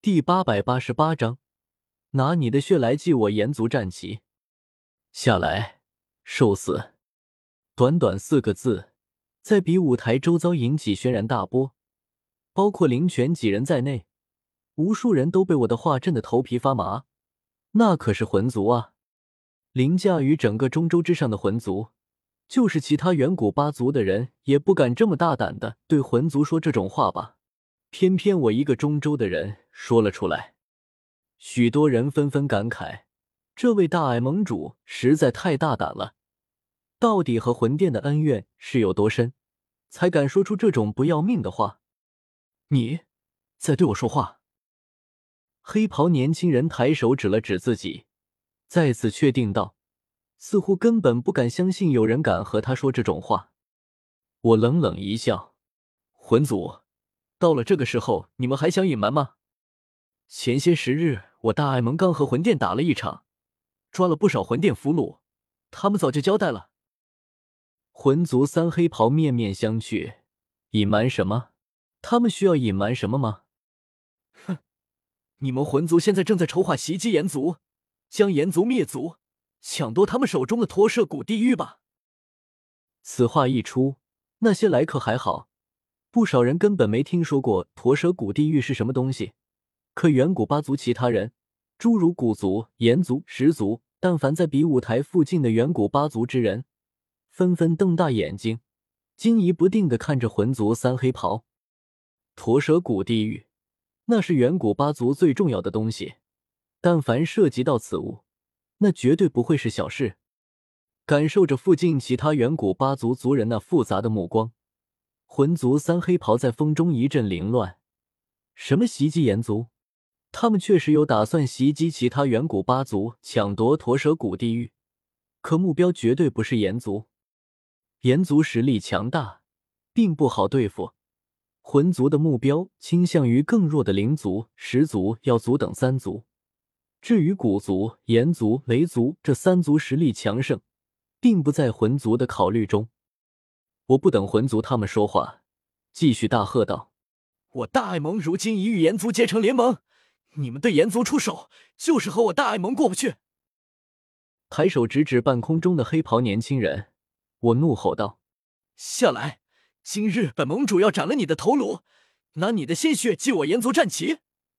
第888章，拿你的血来祭我炎族战旗。下来，受死！短短4个字，在比武台周遭引起轩然大波，包括林泉几人在内，无数人都被我的话震得头皮发麻。那可是魂族啊，凌驾于整个中州之上的魂族，就是其他远古8族的人也不敢这么大胆的对魂族说这种话吧。偏偏我一个中州的人说了出来，许多人纷纷感慨，这位大爱盟主实在太大胆了，到底和魂殿的恩怨是有多深，才敢说出这种不要命的话？你在对我说话？黑袍年轻人抬手指了指自己，再次确定道，似乎根本不敢相信有人敢和他说这种话。我冷冷一笑，魂族到了这个时候，你们还想隐瞒吗？前些时日，我大爱盟刚和魂殿打了一场，抓了不少魂殿俘虏，他们早就交代了。魂族3黑袍面面相觑，隐瞒什么？他们需要隐瞒什么吗？哼，你们魂族现在正在筹划袭击炎族，将炎族灭族，抢夺他们手中的驼舍古地狱吧。此话一出，那些来客还好，不少人根本没听说过驼舍古地狱是什么东西，可远古8族其他人，诸如古族、炎族、石族，但凡在比武台附近的远古8族之人，纷纷瞪大眼睛，惊疑不定地看着魂族3黑袍。驼舍古地狱，那是远古8族最重要的东西，但凡涉及到此物，那绝对不会是小事。感受着附近其他远古8族族人那复杂的目光，魂族3黑袍在风中一阵凌乱。什么袭击炎族？他们确实有打算袭击其他远古8族，抢夺驼舍古地狱，可目标绝对不是炎族。炎族实力强大，并不好对付，魂族的目标倾向于更弱的灵族、石族、妖族等3族。至于古族、炎族、雷族这3族实力强盛，并不在魂族的考虑中。我不等魂族他们说话，继续大喝道：我大爱盟如今已与炎族结成联盟，你们对炎族出手，就是和我大爱盟过不去。抬手直指半空中的黑袍年轻人，我怒吼道：下来！今日本盟主要斩了你的头颅，拿你的鲜血祭我炎族战旗！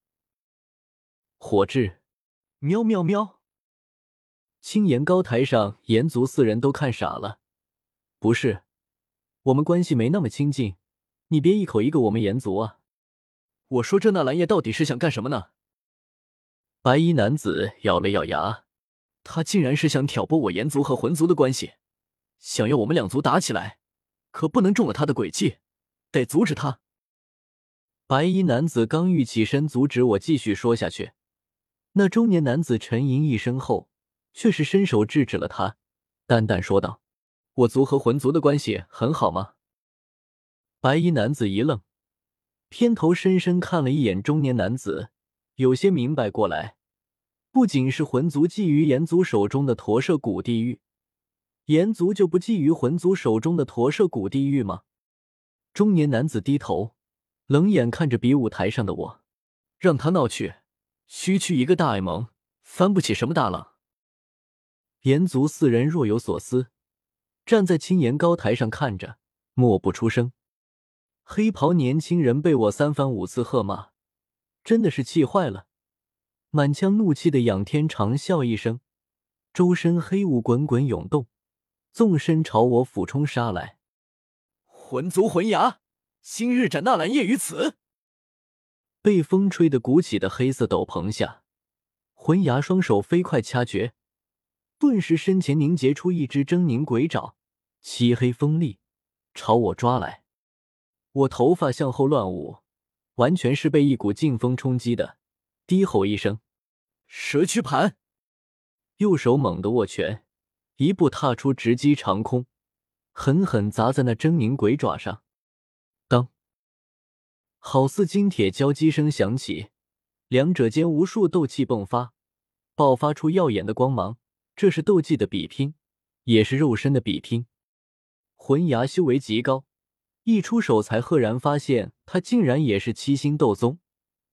火炙！喵喵喵！青岩高台上，炎族4人都看傻了。不是，我们关系没那么亲近，你别一口一个我们炎族啊！我说这纳兰叶到底是想干什么呢？白衣男子咬了咬牙，他竟然是想挑拨我炎族和魂族的关系，想要我们2族打起来，可不能中了他的诡计，得阻止他。白衣男子刚欲起身阻止我继续说下去，那中年男子沉吟一声后，却是伸手制止了他，淡淡说道：我族和魂族的关系很好吗？白衣男子一愣，偏头深深看了一眼中年男子，有些明白过来，不仅是魂族觊觎炎族手中的驼舍古地狱，炎族就不觊觎魂族手中的驼舍古地狱吗？中年男子低头，冷眼看着比武台上的我，让他闹去，区区一个大爱盟，翻不起什么大浪。炎族4人若有所思，站在青岩高台上看着，默不出声。黑袍年轻人被我3番5次喝骂，真的是气坏了，满腔怒气的仰天长啸一声，周身黑雾滚滚涌动，纵身朝我俯冲杀来。魂族魂牙，今日斩纳兰叶于此！被风吹得鼓起的黑色斗篷下，魂牙双手飞快掐诀，顿时身前凝结出一只狰狞鬼爪，漆黑锋利，朝我抓来。我头发向后乱舞，完全是被一股劲风冲击的，低吼一声：蛇躯盘！右手猛地握拳，一步踏出，直击长空，狠狠砸在那狰狞鬼爪上。当！好似金铁交击声响起，两者间无数斗气迸发，爆发出耀眼的光芒。这是斗技的比拼，也是肉身的比拼。魂牙修为极高，一出手才赫然发现他竟然也是7星斗宗。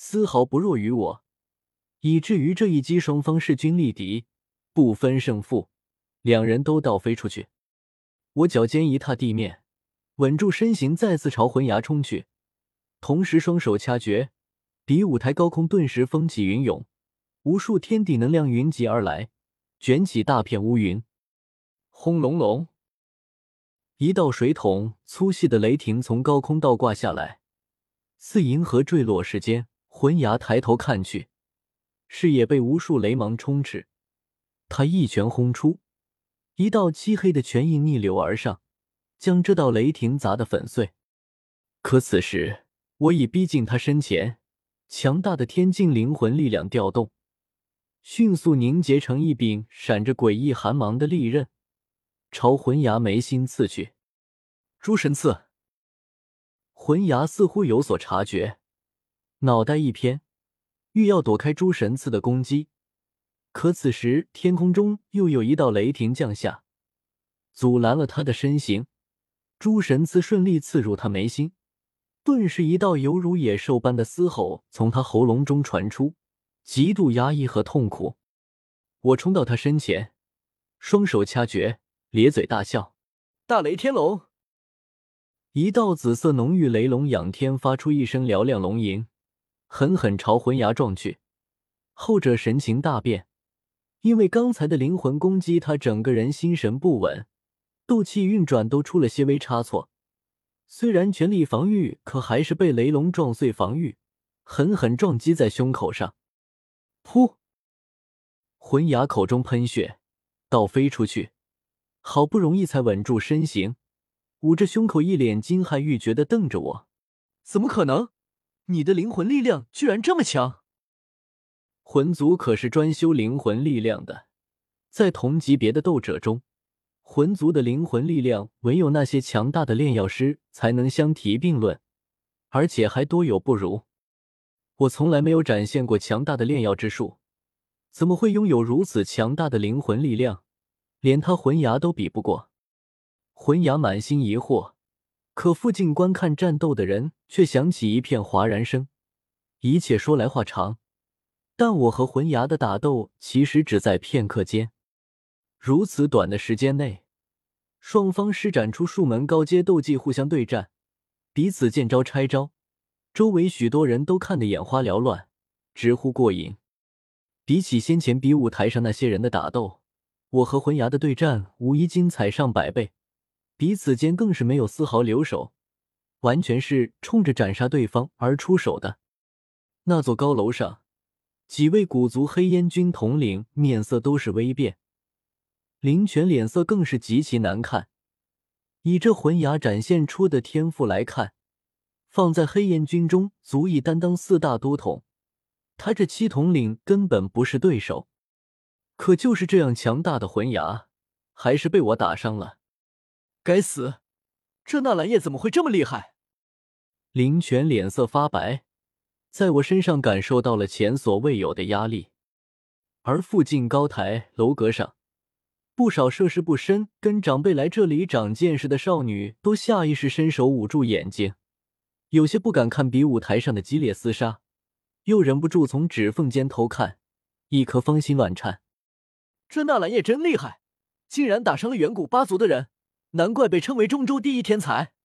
丝毫不弱于我，以至于这一击双方势均力敌，不分胜负，两人都倒飞出去。我脚尖一踏地面，稳住身形，再次朝魂崖冲去，同时双手掐诀，比武台高空顿时风起云涌，无数天地能量云集而来，卷起大片乌云。轰隆隆，一道水桶粗细的雷霆从高空倒挂下来，似银河坠落时间。魂牙抬头看去，视野被无数雷芒充斥，他一拳轰出，一道漆黑的拳印逆流而上，将这道雷霆砸得粉碎。可此时我已逼近他身前，强大的天境灵魂力量调动，迅速凝结成一柄闪着诡异寒芒的利刃，朝魂牙眉心刺去。诸神刺！魂牙似乎有所察觉，脑袋一偏，欲要躲开诸神刺的攻击，可此时天空中又有一道雷霆降下，阻拦了他的身形。诸神刺顺利刺入他眉心，顿时一道犹如野兽般的嘶吼从他喉咙中传出，极度压抑和痛苦。我冲到他身前，双手掐诀，咧嘴大笑：大雷天龙！一道紫色浓郁雷龙仰天发出一声嘹亮龙吟，狠狠朝魂牙撞去。后者神情大变，因为刚才的灵魂攻击，他整个人心神不稳，斗气运转都出了些微差错。虽然全力防御，可还是被雷龙撞碎防御，狠狠撞击在胸口上。噗！魂牙口中喷血，倒飞出去，好不容易才稳住身形，捂着胸口，一脸惊骇欲绝地瞪着我。怎么可能？你的灵魂力量居然这么强！魂族可是专修灵魂力量的，在同级别的斗者中，魂族的灵魂力量唯有那些强大的炼药师才能相提并论，而且还多有不如。我从来没有展现过强大的炼药之术，怎么会拥有如此强大的灵魂力量？连他魂牙都比不过。魂牙满心疑惑，可附近观看战斗的人却响起一片哗然声。一切说来话长，但我和魂牙的打斗其实只在片刻间。如此短的时间内，双方施展出数门高阶斗技互相对战，彼此见招拆招，周围许多人都看得眼花缭乱，直呼过瘾。比起先前比武台上那些人的打斗，我和魂牙的对战无疑精彩上百倍，彼此间更是没有丝毫留手，完全是冲着斩杀对方而出手的。那座高楼上，几位古族黑烟军统领面色都是微变，林泉脸色更是极其难看。以这魂牙展现出的天赋来看，放在黑烟军中足以担当4大都统，他这7统领根本不是对手。可就是这样强大的魂牙，还是被我打伤了。该死，这纳兰叶怎么会这么厉害？林泉脸色发白，在我身上感受到了前所未有的压力。而附近高台楼阁上，不少涉世不深跟长辈来这里长见识的少女都下意识伸手捂住眼睛，有些不敢看比武台上的激烈厮杀，又忍不住从指缝间偷看，一颗芳心乱颤。这纳兰叶真厉害，竟然打伤了远古8族的人，难怪被称为中州第一天才。